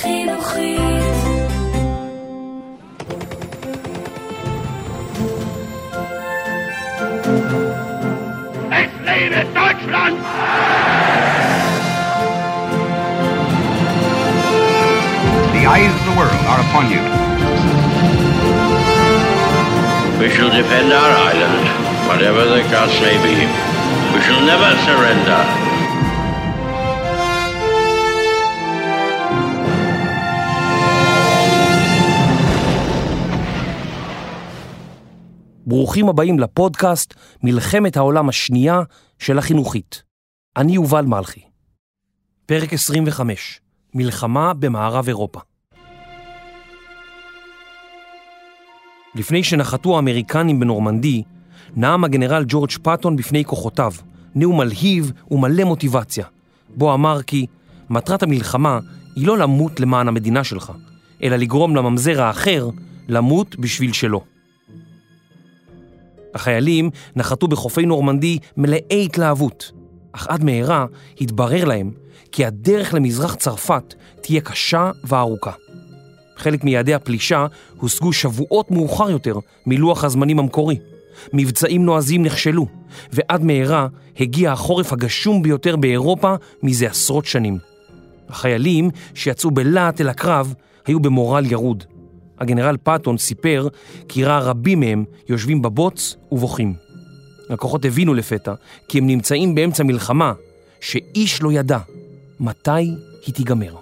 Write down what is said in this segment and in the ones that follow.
חינוכית. Es lebe Deutschland! The eyes of the world are upon you. We shall defend our island, whatever the cost may be. We shall never surrender. ברוכים הבאים לפודקאסט מלחמת העולם השנייה של החינוכית. אני יובל מלכי. פרק 25, מלחמה במערב אירופה. לפני שנחתו האמריקנים בנורמנדי, נאם הגנרל ג'ורג' פאטון בפני כוחותיו, נאום מלהיב ומלא מוטיבציה, בו אמר כי מטרת המלחמה היא לא למות למען המדינה שלך, אלא לגרום לממזר האחר למות בשביל שלו. החיילים נחתו בחופי נורמנדי מלאי התלהבות, אך עד מהרה התברר להם כי הדרך למזרח צרפת תהיה קשה וארוכה. חלק מיעדי הפלישה הושגו שבועות מאוחר יותר מלוח הזמנים המקורי. מבצעים נועזים נכשלו, ועד מהרה הגיע החורף הגשום ביותר באירופה מזה עשרות שנים. החיילים שיצאו בלהט אל הקרב היו במורל ירוד. הגנרל פאטון סיפר כי ראה רבים מהם יושבים בבוץ ובוכים. הכוחות הבינו לפתע כי הם נמצאים באמצע מלחמה שאיש לא ידע מתי היא תיגמר.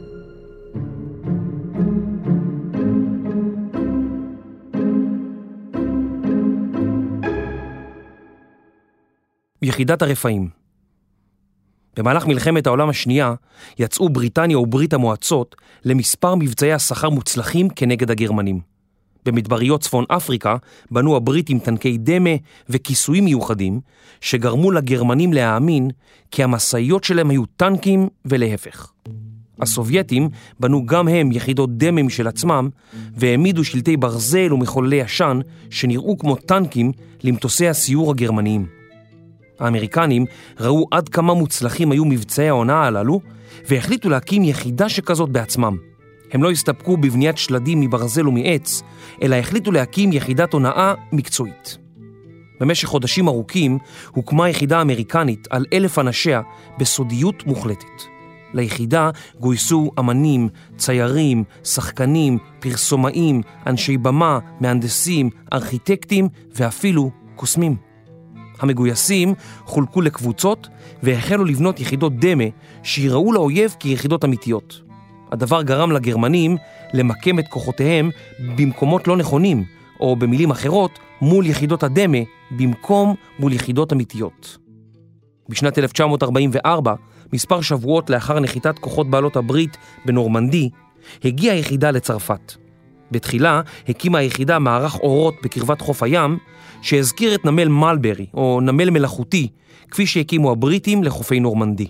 יחידת הרפאים. במהלך מלחמת העולם השנייה יצאו בריטניה וברית המועצות למספר מבצעי השכר מוצלחים כנגד הגרמנים. במדבריות צפון אפריקה בנו הבריטים טנקי דמה וכיסויים מיוחדים שגרמו לגרמנים להאמין כי המסעיות שלהם היו טנקים ולהפך. הסובייטים בנו גם הם יחידות דמה משל עצמם והעמידו שלטי ברזל ומחוללי עשן שנראו כמו טנקים למטוסי הסיור הגרמניים. האמריקנים ראו עד כמה מוצלחים היו מבצעי העונה הללו והחליטו להקים יחידה שכזאת בעצמם. הם לא הסתפקו בבניית שלדים מברזל ומעץ, אלא החליטו להקים יחידת הונאה מקצועית. במשך חודשים ארוכים הוקמה יחידה אמריקנית על 1,000 אנשיה בסודיות מוחלטת. ליחידה גויסו אמנים, ציירים, שחקנים, פרסומאים, אנשי במה, מהנדסים, ארכיטקטים ואפילו קוסמים. המגויסים חולקו לקבוצות והחלו לבנות יחידות דמה שיראו לאויב כיחידות אמיתיות. הדבר גרם לגרמנים למקם את כוחותיהם במקומות לא נכונים, או במילים אחרות, מול יחידות הדמה במקום מול יחידות אמיתיות. בשנת 1944, מספר שבועות לאחר נחיתת כוחות בעלות הברית בנורמנדי, הגיעה היחידה לצרפת. בתחילה הקימה היחידה מערך אורות בקרבת חוף הים, שהזכיר את נמל מלברי, או נמל מלאכותי, כפי שהקימו הבריטים לחופי נורמנדי.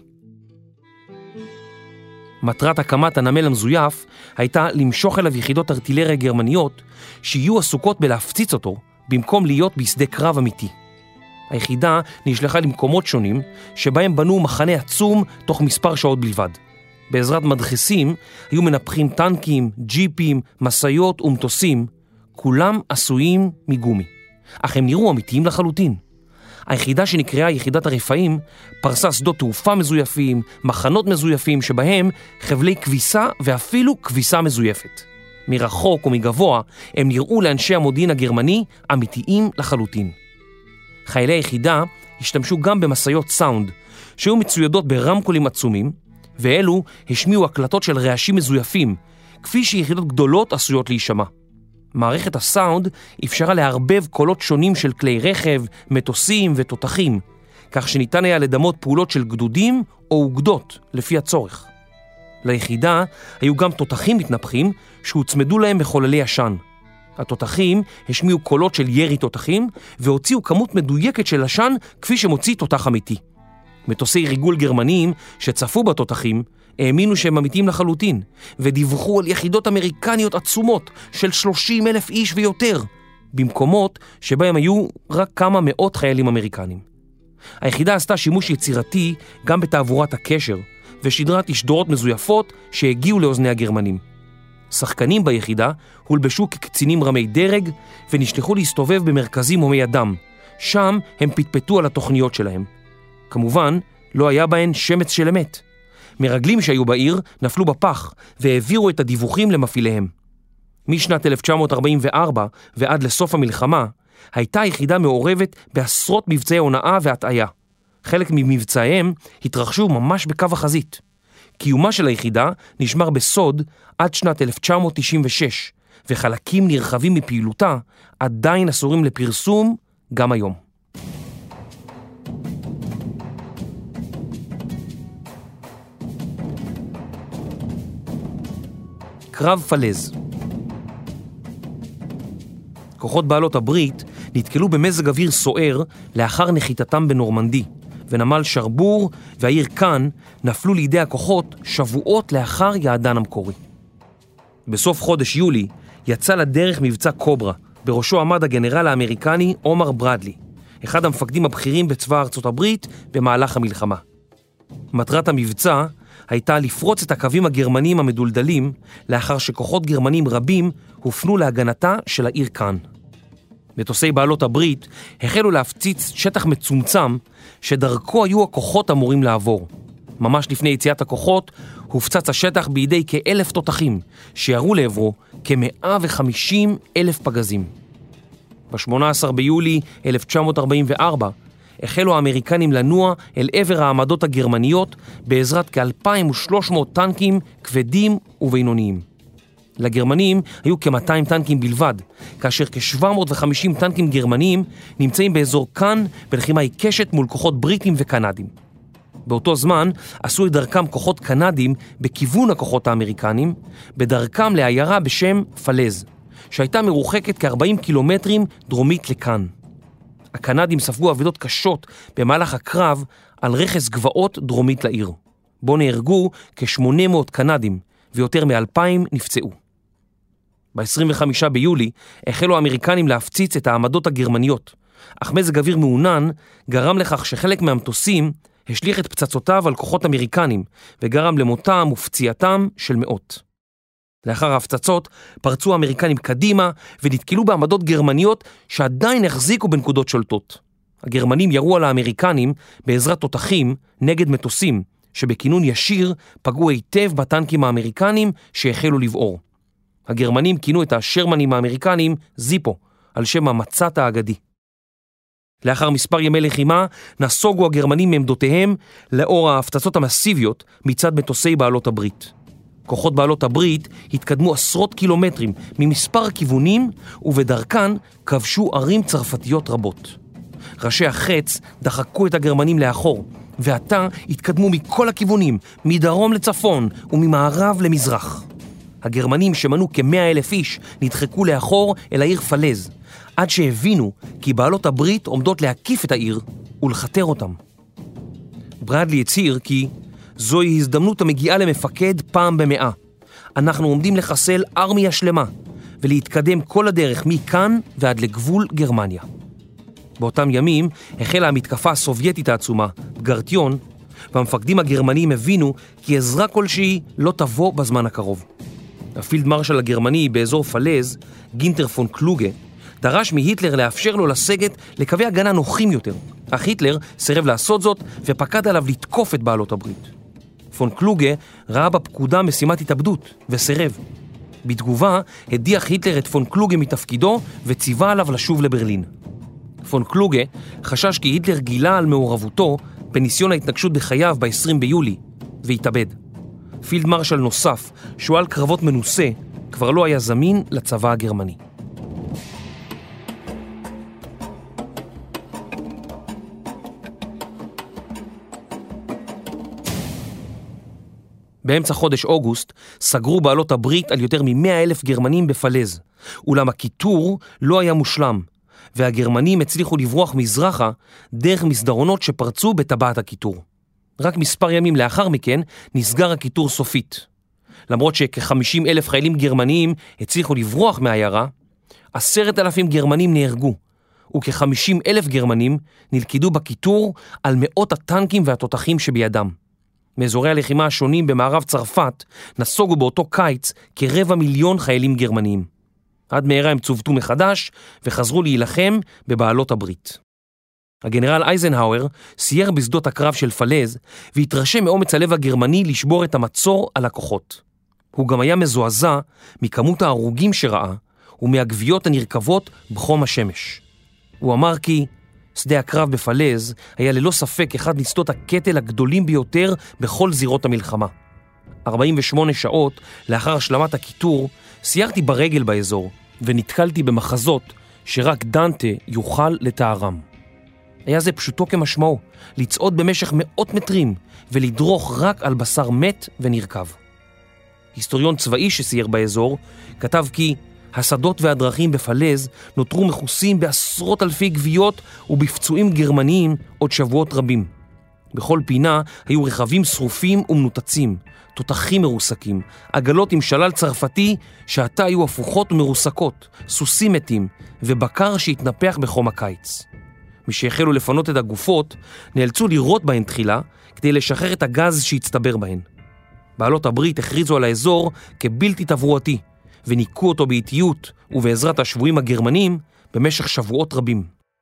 מטרת הקמת הנמל המזויף הייתה למשוך אליו יחידות ארטילריה גרמניות, שיהיו עסוקות בלהפציץ אותו, במקום להיות בשדה קרב אמיתי. היחידה נשלחה למקומות שונים, שבהם בנו מחנה עצום תוך מספר שעות בלבד. בעזרת מדחסים היו מנפחים טנקים, ג'יפים, מסעיות ומטוסים, כולם עשויים מגומי. אך הם נראו אמיתיים לחלוטין. היחידה שנקראה יחידת הרפאים פרסה שדות תעופה מזויפים, מחנות מזויפים שבהם חבלי כביסה ואפילו כביסה מזויפת. מרחוק ומגבוה הם נראו לאנשי המודיעין הגרמני אמיתיים לחלוטין. חיילי היחידה השתמשו גם במסעיות סאונד, שהיו מצוידות ברמקולים עצומים, ואלו השמיעו הקלטות של רעשים מזויפים, כפי שיחידות גדולות עשויות להישמע. מערכת הסאונד אפשרה להרבב קולות שונים של כלי רכב, מטוסים ותותחים, כך שניתן היה לדמות פעולות של גדודים או אוגדות לפי הצורך. ליחידה היו גם תותחים מתנפחים שהוצמדו להם מחוללי עשן. התותחים השמיעו קולות של ירי תותחים והוציאו כמות מדויקת של עשן כפי שמוציא תותח אמיתי. מטוסי ריגול גרמניים שצפו בתותחים האמינו שהם אמיתיים לחלוטין, ודיווחו על יחידות אמריקניות עצומות של 30,000 איש ויותר, במקומות שבהם היו רק כמה מאות חיילים אמריקנים. היחידה עשתה שימוש יצירתי גם בתעבורת הקשר, ושידרה תשדורות מזויפות שהגיעו לאוזני הגרמנים. שחקנים ביחידה הולבשו כקצינים רמי דרג ונשלחו להסתובב במרכזים הומי אדם. שם הם פטפטו על התוכניות שלהם. כמובן, לא היה בהן שמץ של אמת. מרגלים שהיו בעיר נפלו בפח והעבירו את הדיווחים למפעיליהם. משנת 1944 ועד לסוף המלחמה, הייתה היחידה מעורבת בעשרות מבצעי הונאה והטעיה. חלק ממבצעיהם התרחשו ממש בקו החזית. קיומה של היחידה נשמר בסוד עד שנת 1996, וחלקים נרחבים מפעילותה עדיין אסורים לפרסום גם היום. קרב פלז. כוחות בעלות הברית נתקלו במזג אוויר סוער לאחר נחיתתם בנורמנדי, ונמל שרבור והעיר כאן נפלו לידי הכוחות שבועות לאחר יעדן המקורי. בסוף חודש יולי יצא לדרך מבצע קוברה, בראשו עמד הגנרל האמריקני עומר ברדלי, אחד המפקדים הבכירים בצבא ארצות הברית במהלך המלחמה. מטרת המבצע הייתה לפרוץ את הקווים הגרמניים המדולדלים, לאחר שכוחות גרמנים רבים הופנו להגנתה של העיר כאן. מטוסי בעלות הברית החלו להפציץ שטח מצומצם שדרכו היו הכוחות אמורים לעבור. ממש לפני יציאת הכוחות הופצץ השטח בידי כ1,000 תותחים שירו לעברו כ150,000 פגזים. ב-18 ביולי 1944 החלו האמריקנים לנוע אל עבר העמדות הגרמניות בעזרת כ2,300 טנקים כבדים ובינוניים. לגרמנים היו כ200 טנקים בלבד, כאשר כ750 טנקים גרמניים נמצאים באזור כאן בלחימה עיקשת מול כוחות בריטים וקנדים. באותו זמן עשו את דרכם כוחות קנדים בכיוון הכוחות האמריקנים, בדרכם לעיירה בשם פלז, שהייתה מרוחקת כ40 קילומטרים דרומית לכאן. הקנדים ספגו עבודות קשות במהלך הקרב על רכס גבעות דרומית לעיר, בו נהרגו כ800 קנדים ויותר מ2,000 נפצעו. ב-25 ביולי החלו האמריקנים להפציץ את העמדות הגרמניות, אך מזג אוויר מעונן גרם לכך שחלק מהמטוסים השליך את פצצותיו על כוחות אמריקנים וגרם למותם ופציעתם של מאות. לאחר ההפצצות פרצו האמריקנים קדימה ונתקלו בעמדות גרמניות שעדיין החזיקו בנקודות שולטות. הגרמנים ירו על האמריקנים בעזרת תותחים נגד מטוסים שבכינון ישיר פגעו היטב בטנקים האמריקנים שהחלו לבעור. הגרמנים כינו את השרמנים האמריקנים זיפו, על שם המצת האגדי. לאחר מספר ימי לחימה נסוגו הגרמנים מעמדותיהם לאור ההפצצות המסיביות מצד מטוסי בעלות הברית. כוחות בעלות הברית התקדמו עשרות קילומטרים ממספר כיוונים ובדרכן כבשו ערים צרפתיות רבות. ראשי החץ דחקו את הגרמנים לאחור, ועתה התקדמו מכל הכיוונים, מדרום לצפון וממערב למזרח. הגרמנים שמנו כ100,000 איש נדחקו לאחור אל העיר פלז, עד שהבינו כי בעלות הברית עומדות להקיף את העיר ולחתר אותם. ברדלי הצהיר כי זוהי הזדמנות המגיעה למפקד פעם ב100. אנחנו עומדים לחסל ארמיה שלמה ולהתקדם כל הדרך מכאן ועד לגבול גרמניה. באותם ימים החלה המתקפה הסובייטית העצומה, בגרטיון, והמפקדים הגרמנים הבינו כי עזרה כלשהי לא תבוא בזמן הקרוב. הפילד מרשל הגרמני באזור פלז, גינטר פון קלוגה, דרש מהיטלר לאפשר לו לסגת לקווי הגנה נוחים יותר, אך היטלר סירב לעשות זאת ופקד עליו לתקוף את בעלות הברית. פון קלוגה ראה בפקודה משימת התאבדות וסירב. בתגובה הדיח היטלר את פון קלוגה מתפקידו וציווה עליו לשוב לברלין. פון קלוגה חשש כי היטלר גילה על מעורבותו בניסיון ההתנגשות בחייו ב-20 ביולי והתאבד. פילד מרשל נוסף, שועל קרבות מנוסה, כבר לא היה זמין לצבא הגרמני. באמצע חודש אוגוסט סגרו בעלות הברית על יותר מ100,000 גרמנים בפלז, אולם הכיתור לא היה מושלם, והגרמנים הצליחו לברוח מזרחה דרך מסדרונות שפרצו בטבעת הכיתור. רק מספר ימים לאחר מכן נסגר הכיתור סופית. למרות שכ50,000 חיילים גרמניים הצליחו לברוח מהעיירה, 10,000 גרמנים נהרגו, וכ50,000 גרמנים נלכדו בכיתור על מאות הטנקים והתותחים שבידם. מאזורי הלחימה השונים במערב צרפת נסוגו באותו קיץ כ250,000 חיילים גרמניים. עד מהרה הם צוותו מחדש וחזרו להילחם בבעלות הברית. הגנרל אייזנהאואר סייר בשדות הקרב של פלז והתרשם מאומץ הלב הגרמני לשבור את המצור על הכוחות. הוא גם היה מזועזע מכמות ההרוגים שראה ומהגוויות הנרכבות בחום השמש. הוא אמר כי שדה הקרב בפלז היה ללא ספק אחד משדות הקטל הגדולים ביותר בכל זירות המלחמה. 48 שעות לאחר השלמת הכיתור סיירתי ברגל באזור ונתקלתי במחזות שרק דנטה יוכל לתארם. היה זה פשוטו כמשמעו, לצעוד במשך מאות מטרים ולדרוך רק על בשר מת ונרכב. היסטוריון צבאי שסייר באזור כתב כי השדות והדרכים בפלז נותרו מכוסים בעשרות אלפי גוויות ובפצועים גרמניים עוד שבועות רבים. בכל פינה היו רכבים שרופים ומנותצים, תותחים מרוסקים, עגלות עם שלל צרפתי שעתה היו הפוכות ומרוסקות, סוסים מתים ובקר שהתנפח בחום הקיץ. משהחלו לפנות את הגופות, נאלצו לירות בהן תחילה כדי לשחרר את הגז שהצטבר בהן. בעלות הברית הכריזו על האזור כבלתי תברואתי, וניקו אותו באיטיות ובעזרת השבויים הגרמנים במשך שבועות רבים.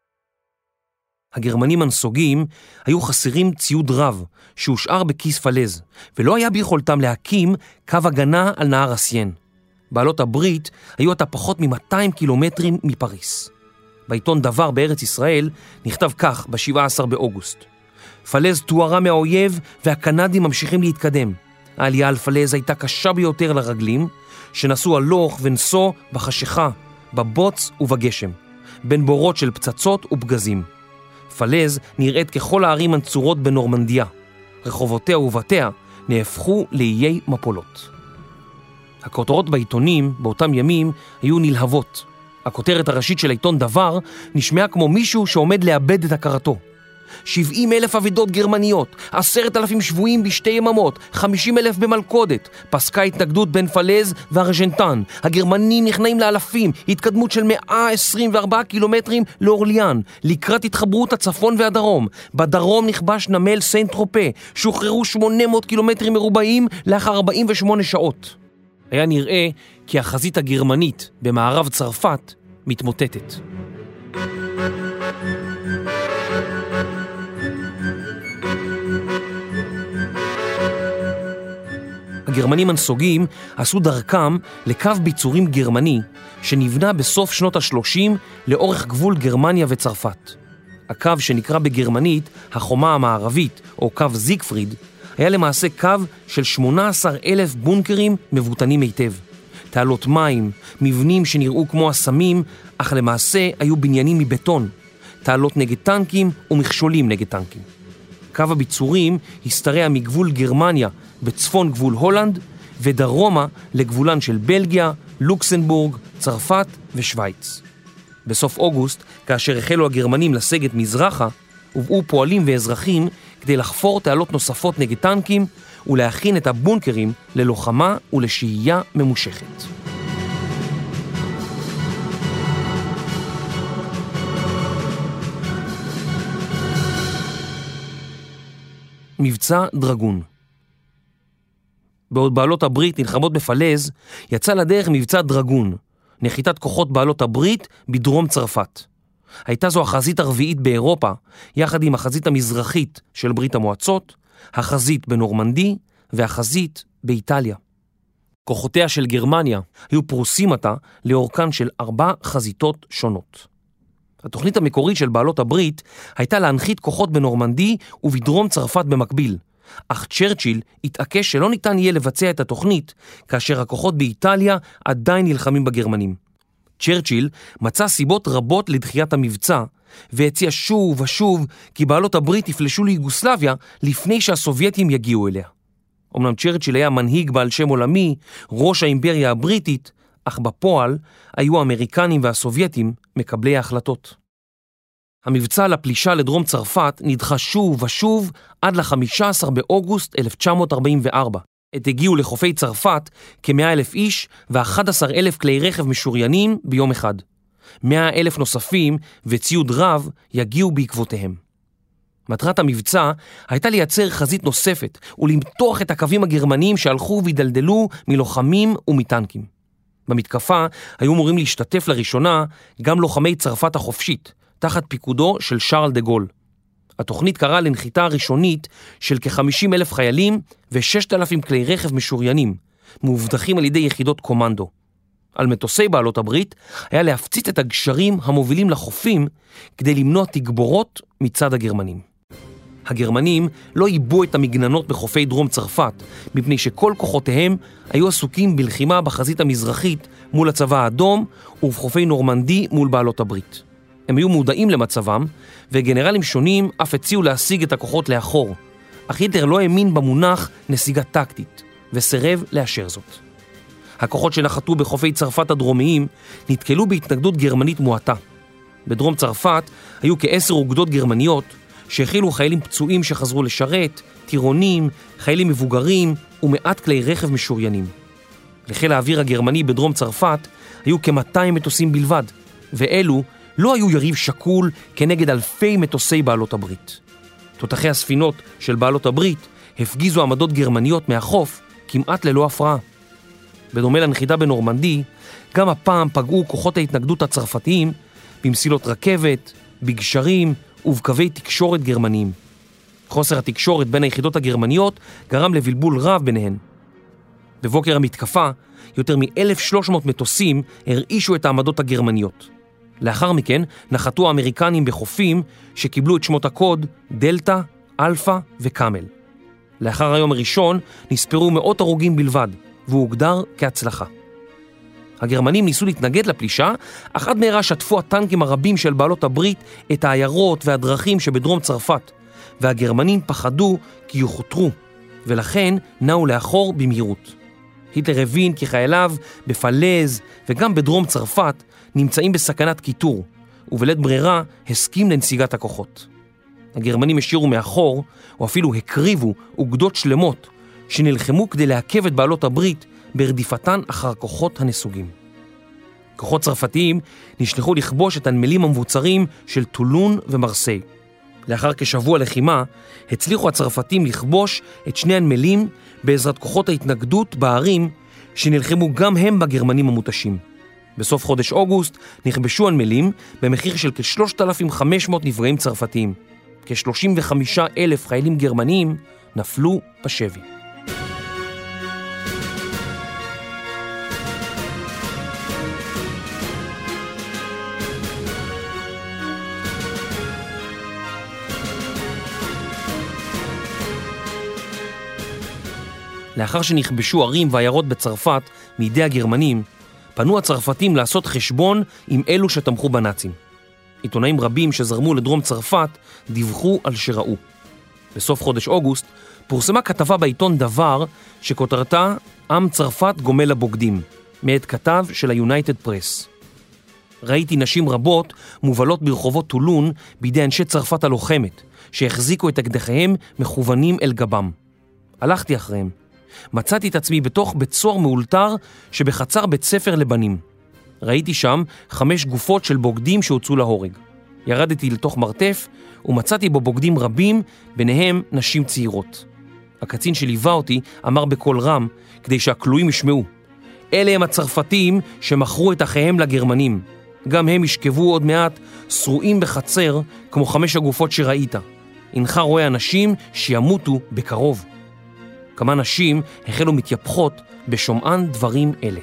הגרמנים הנסוגים היו חסרים ציוד רב שהושאר בכיס פלז, ולא היה ביכולתם להקים קו הגנה על נהר הסיין. בעלות הברית היו עתה פחות מ-200 קילומטרים מפריס. בעיתון דבר בארץ ישראל נכתב כך ב-17 באוגוסט. פלז תוארה מהאויב והקנדים ממשיכים להתקדם. העלייה על פלז הייתה קשה ביותר לרגלים, שנסו הלוך ונסו בחשיכה, בבוץ ובגשם, בין בורות של פצצות ופגזים. פלז נראית ככל הערים הנצורות בנורמנדיה. רחובותיה ובתיה נהפכו לאיי מפולות. הכותרות בעיתונים באותם ימים היו נלהבות. הכותרת הראשית של העיתון דבר נשמעה כמו מישהו שעומד לאבד את הכרתו. 70,000 אבדות גרמניות, 10,000 שבויים בשתי יממות, 50,000 במלכודת, פסקה התנגדות בין פלז וארג'נטן, הגרמנים נכנעים לאלפים, התקדמות של 124 קילומטרים לאורליאן, לקראת התחברות הצפון והדרום, בדרום נכבש נמל סנט טרופה, שוחררו 800 קילומטרים מרובעים לאחר 48 שעות. היה נראה כי החזית הגרמנית במערב צרפת מתמוטטת. הגרמנים הנסוגים עשו דרכם לקו ביצורים גרמני שנבנה בסוף שנות ה-30 לאורך גבול גרמניה וצרפת. הקו שנקרא בגרמנית החומה המערבית או קו זיגפריד היה למעשה קו של 18,000 בונקרים מבוטנים היטב. תעלות מים, מבנים שנראו כמו אסמים, אך למעשה היו בניינים מבטון, תעלות נגד טנקים ומכשולים נגד טנקים. קו הביצורים הסתרע מגבול גרמניה בצפון גבול הולנד ודרומה לגבולן של בלגיה, לוקסנבורג, צרפת ושוויץ. בסוף אוגוסט, כאשר החלו הגרמנים לסגת מזרחה, הובאו פועלים ואזרחים כדי לחפור תעלות נוספות נגד טנקים ולהכין את הבונקרים ללוחמה ולשהייה ממושכת. מבצע דרגון. בעוד בעלות הברית נלחמות בפלז, יצא לדרך מבצע דרגון, נחיתת כוחות בעלות הברית בדרום צרפת. הייתה זו החזית הרביעית באירופה, יחד עם החזית המזרחית של ברית המועצות, החזית בנורמנדי והחזית באיטליה. כוחותיה של גרמניה היו פרוסים עתה לאורכן של 4 חזיתות שונות. התוכנית המקורית של בעלות הברית הייתה להנחית כוחות בנורמנדי ובדרום צרפת במקביל, אך צ'רצ'יל התעקש שלא ניתן יהיה לבצע את התוכנית כאשר הכוחות באיטליה עדיין נלחמים בגרמנים. צ'רצ'יל מצא סיבות רבות לדחיית המבצע, והציע שוב ושוב כי בעלות הברית יפלשו ליוגוסלביה לפני שהסובייטים יגיעו אליה. אמנם צ'רצ'יל היה מנהיג בעל שם עולמי, ראש האימפריה הבריטית, אך בפועל היו האמריקנים והסובייטים מקבלי ההחלטות. המבצע לפלישה לדרום צרפת נדחה שוב ושוב עד ל-15 באוגוסט 1944. עת הגיעו לחופי צרפת כ100,000 איש ו11,000 כלי רכב משוריינים ביום אחד. 100,000 נוספים וציוד רב יגיעו בעקבותיהם. מטרת המבצע הייתה לייצר חזית נוספת ולמתוח את הקווים הגרמניים שהלכו והדלדלו מלוחמים ומטנקים. במתקפה היו אמורים להשתתף לראשונה גם לוחמי צרפת החופשית, תחת פיקודו של שרל דה גול. התוכנית קראה לנחיתה הראשונית של כ-50,000 חיילים ו-6,000 כלי רכב משוריינים, מאובטחים על ידי יחידות קומנדו. על מטוסי בעלות הברית היה להפציץ את הגשרים המובילים לחופים כדי למנוע תגבורות מצד הגרמנים. הגרמנים לא איבו את המגננות בחופי דרום צרפת, מפני שכל כוחותיהם היו עסוקים בלחימה בחזית המזרחית מול הצבא האדום ובחופי נורמנדי מול בעלות הברית. הם היו מודעים למצבם, וגנרלים שונים אף הציעו להשיג את הכוחות לאחור, אך היטלר לא האמין במונח נסיגה טקטית, וסירב לאשר זאת. הכוחות שנחתו בחופי צרפת הדרומיים נתקלו בהתנגדות גרמנית מועטה. בדרום צרפת היו כ10 אוגדות גרמניות שהכילו חיילים פצועים שחזרו לשרת, טירונים, חיילים מבוגרים ומעט כלי רכב משוריינים. לחיל האוויר הגרמני בדרום צרפת היו כ200 מטוסים בלבד, ואלו לא היו יריב שקול כנגד אלפי מטוסי בעלות הברית. תותחי הספינות של בעלות הברית הפגיזו עמדות גרמניות מהחוף כמעט ללא הפרעה. בדומה לנחיתה בנורמנדי, גם הפעם פגעו כוחות ההתנגדות הצרפתיים במסילות רכבת, בגשרים ובקווי תקשורת גרמניים. חוסר התקשורת בין היחידות הגרמניות גרם לבלבול רב ביניהן. בבוקר המתקפה, יותר מ-1,300 מטוסים הרעישו את העמדות הגרמניות. לאחר מכן נחתו האמריקנים בחופים שקיבלו את שמות הקוד דלטה, אלפא וקאמל. לאחר היום הראשון נספרו מאות הרוגים בלבד, והוא הוגדר כהצלחה. הגרמנים ניסו להתנגד לפלישה, אך עד מהרה שטפו הטנקים הרבים של בעלות הברית את העיירות והדרכים שבדרום צרפת, והגרמנים פחדו כי יוחותרו, ולכן נעו לאחור במהירות. היטלר הבין כי חייליו בפלז וגם בדרום צרפת נמצאים בסכנת קיטור, ובלית ברירה הסכים לנסיגת הכוחות. הגרמנים השאירו מאחור, או אפילו הקריבו אוגדות שלמות, שנלחמו כדי לעכב את בעלות הברית ברדיפתן אחר כוחות הנסוגים. כוחות צרפתיים נשלחו לכבוש את הנמלים המבוצרים של טולון ומרסיי. לאחר כשבוע לחימה, הצליחו הצרפתים לכבוש את שני הנמלים בעזרת כוחות ההתנגדות בערים שנלחמו גם הם בגרמנים המותשים. בסוף חודש אוגוסט נכבשו הנמלים במחיר של כ-3,500 נפגעים צרפתיים. כ-35,000 חיילים גרמניים נפלו בשבי. לאחר שנכבשו ערים ועיירות בצרפת מידי הגרמנים, פנו הצרפתים לעשות חשבון עם אלו שתמכו בנאצים. עיתונאים רבים שזרמו לדרום צרפת דיווחו על שראו. בסוף חודש אוגוסט פורסמה כתבה בעיתון דבר שכותרתה עם צרפת גומל לבוגדים, מאת כתב של היונייטד פרס. ראיתי נשים רבות מובלות ברחובות טולון בידי אנשי צרפת הלוחמת, שהחזיקו את אקדחיהם מכוונים אל גבם. הלכתי אחריהם. מצאתי את עצמי בתוך בית סוהר מאולתר שבחצר בית ספר לבנים. ראיתי שם 5 גופות של בוגדים שהוצאו להורג. ירדתי לתוך מרתף ומצאתי בו בוגדים רבים, ביניהם נשים צעירות. הקצין שליווה אותי אמר בקול רם כדי שהכלואים ישמעו: אלה הם הצרפתים שמכרו את אחיהם לגרמנים. גם הם ישכבו עוד מעט שרועים בחצר כמו 5 הגופות שראית. אינך רואה אנשים שימותו בקרוב. כמה נשים החלו מתייפחות בשומען דברים אלה.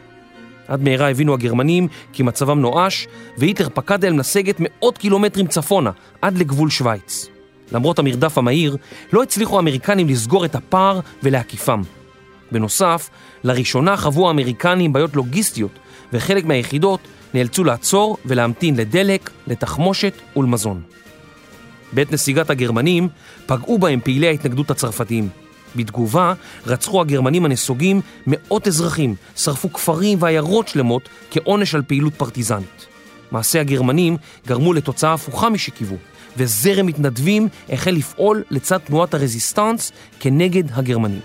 עד מהרה הבינו הגרמנים כי מצבם נואש, והיטלר פקד עליהם לסגת מאות קילומטרים צפונה עד לגבול שוויץ. למרות המרדף המהיר, לא הצליחו האמריקנים לסגור את הפער ולהקיפם. בנוסף, לראשונה חוו האמריקנים בעיות לוגיסטיות, וחלק מהיחידות נאלצו לעצור ולהמתין לדלק, לתחמושת ולמזון. בעת נסיגת הגרמנים פגעו בהם פעילי ההתנגדות הצרפתיים. בתגובה רצחו הגרמנים הנסוגים מאות אזרחים, שרפו כפרים ועיירות שלמות כעונש על פעילות פרטיזנית. מעשי הגרמנים גרמו לתוצאה הפוכה משקיוו, וזרם מתנדבים החל לפעול לצד תנועת הרזיסטנס כנגד הגרמנים.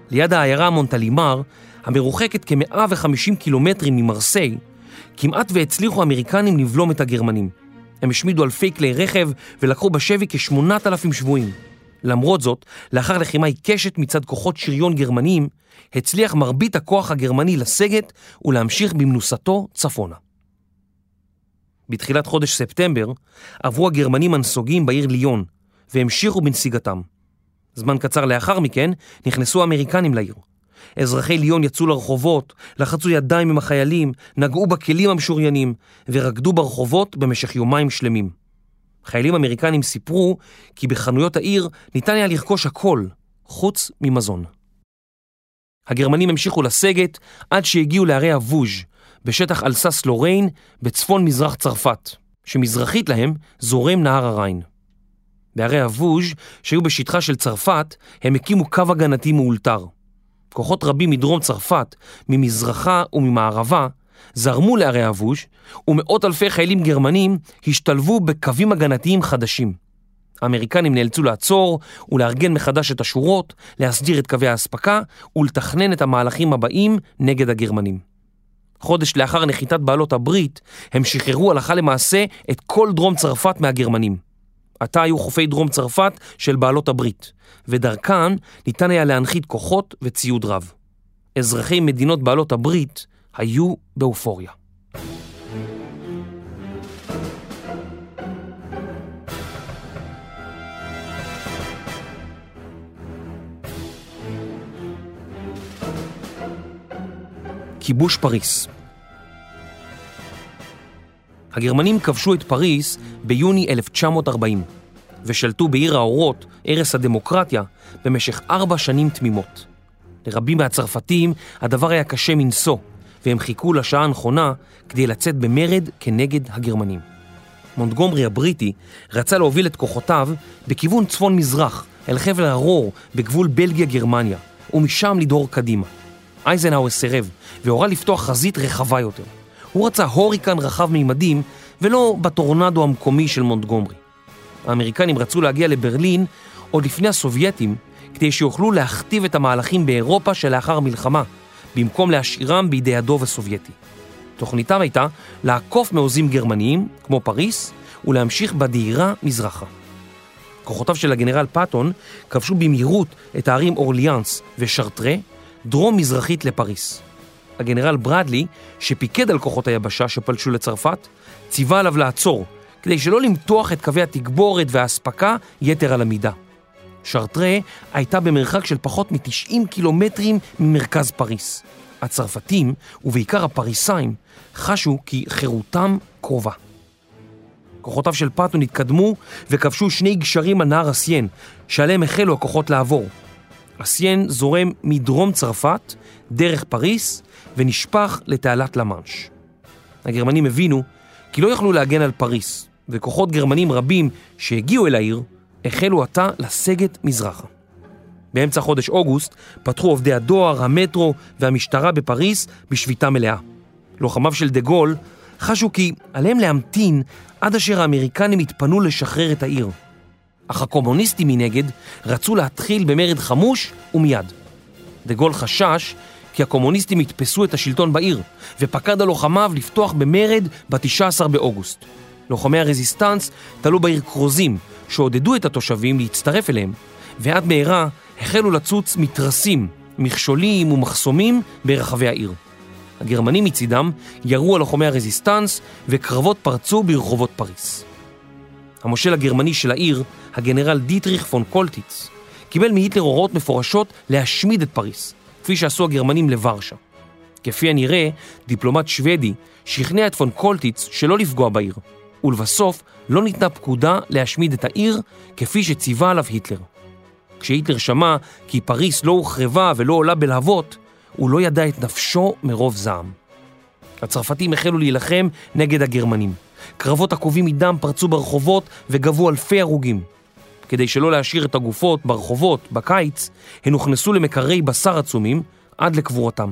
ליד העיירה מונטלימר, המרוחקת כ-150 קילומטרים ממרסיי, כמעט והצליחו האמריקנים לבלום את הגרמנים. הם השמידו אלפי כלי רכב ולקחו בשבי כ-8,000 שבויים. למרות זאת, לאחר לחימה עיקשת מצד כוחות שריון גרמניים, הצליח מרבית הכוח הגרמני לסגת ולהמשיך במנוסתו צפונה. בתחילת חודש ספטמבר עברו הגרמנים הנסוגים בעיר ליון, והמשיכו בנסיגתם. זמן קצר לאחר מכן נכנסו האמריקנים לעיר. אזרחי ליון יצאו לרחובות, לחצו ידיים עם החיילים, נגעו בכלים המשוריינים, ורקדו ברחובות במשך יומיים שלמים. חיילים אמריקנים סיפרו כי בחנויות העיר ניתן היה לרכוש הכל, חוץ ממזון. הגרמנים המשיכו לסגת עד שהגיעו לערי אבוז' בשטח אלסס לוריין בצפון מזרח צרפת, שמזרחית להם זורם נהר הריין. בערי אבוז' שהיו בשטחה של צרפת הם הקימו קו הגנתי מאולתר. כוחות רבים מדרום צרפת, ממזרחה וממערבה, זרמו לערי אבוז' ומאות אלפי חיילים גרמנים השתלבו בקווים הגנתיים חדשים. האמריקנים נאלצו לעצור ולארגן מחדש את השורות, להסדיר את קווי האספקה ולתכנן את המהלכים הבאים נגד הגרמנים. חודש לאחר נחיתת בעלות הברית, הם שחררו הלכה למעשה את כל דרום צרפת מהגרמנים. עתה היו חופי דרום צרפת של בעלות הברית, ודרכן ניתן היה להנחית כוחות וציוד רב. אזרחי מדינות בעלות הברית היו באופוריה. כיבוש פריס. הגרמנים כבשו את פריס ביוני 1940 ושלטו בעיר האורות, ערש הדמוקרטיה, במשך 4 שנים תמימות. לרבים מהצרפתים הדבר היה קשה מנשוא, והם חיכו לשעה הנכונה כדי לצאת במרד כנגד הגרמנים. מונטגומרי הבריטי רצה להוביל את כוחותיו בכיוון צפון מזרח אל חבל הרור בגבול בלגיה-גרמניה, ומשם לדהור קדימה. אייזנהאואר סירב והורה לפתוח חזית רחבה יותר. הוא רצה הוריקן רחב מימדים ולא בטורנדו המקומי של מונטגומרי. האמריקנים רצו להגיע לברלין עוד לפני הסובייטים כדי שיוכלו להכתיב את המהלכים באירופה שלאחר המלחמה, במקום להשאירם בידי הדוב הסובייטי. תוכניתם הייתה לעקוף מעוזים גרמניים, כמו פריס, ולהמשיך בדהירה מזרחה. כוחותיו של הגנרל פאטון כבשו במהירות את הערים אורליאנס ושרטרה, דרום מזרחית לפריס. הגנרל ברדלי, שפיקד על כוחות היבשה שפלשו לצרפת, ציווה עליו לעצור, כדי שלא למתוח את קווי התגבורת וההספקה יתר על המידה. שרטרה הייתה במרחק של פחות מ-90 קילומטרים ממרכז פריס. הצרפתים, ובעיקר הפריסאים, חשו כי חירותם קרובה. כוחותיו של פאטון התקדמו וכבשו 2 גשרים על נהר הסיין, שעליהם החלו הכוחות לעבור. הסיין זורם מדרום צרפת, דרך פריס, ונשפך לתעלת למאנש. הגרמנים הבינו כי לא יכלו להגן על פריס, וכוחות גרמנים רבים שהגיעו אל העיר, החלו עתה לסגת מזרחה. באמצע חודש אוגוסט פתחו עובדי הדואר, המטרו והמשטרה בפריס בשביתה מלאה. לוחמיו של דה גול חשו כי עליהם להמתין עד אשר האמריקנים התפנו לשחרר את העיר. אך הקומוניסטים מנגד רצו להתחיל במרד חמוש ומיד. דה גול חשש כי הקומוניסטים יתפסו את השלטון בעיר, ופקד על לוחמיו לפתוח במרד ב-19 באוגוסט. לוחמי הרזיסטנס תלו בעיר קרוזים, שעודדו את התושבים להצטרף אליהם, ועד מהרה החלו לצוץ מתרסים, מכשולים ומחסומים ברחבי העיר. הגרמנים מצידם ירו על לוחמי הרזיסטנס, וקרבות פרצו ברחובות פריס. המושל הגרמני של העיר, הגנרל דיטריך פון קולטיץ, קיבל מהיטלר הוראות מפורשות להשמיד את פריס, כפי שעשו הגרמנים לוורשה. כפי הנראה, דיפלומט שוודי שכנע את פון קולטיץ שלא לפגוע בעיר, ולבסוף לא ניתנה פקודה להשמיד את העיר כפי שציווה עליו היטלר. כשהיטלר שמע כי פריס לא הוחרבה ולא עולה בלהבות, הוא לא ידע את נפשו מרוב זעם. הצרפתים החלו להילחם נגד הגרמנים. קרבות עקובים מדם פרצו ברחובות וגבו אלפי הרוגים. כדי שלא להשאיר את הגופות ברחובות בקיץ, הן הוכנסו למקרי בשר עצומים עד לקבורתם.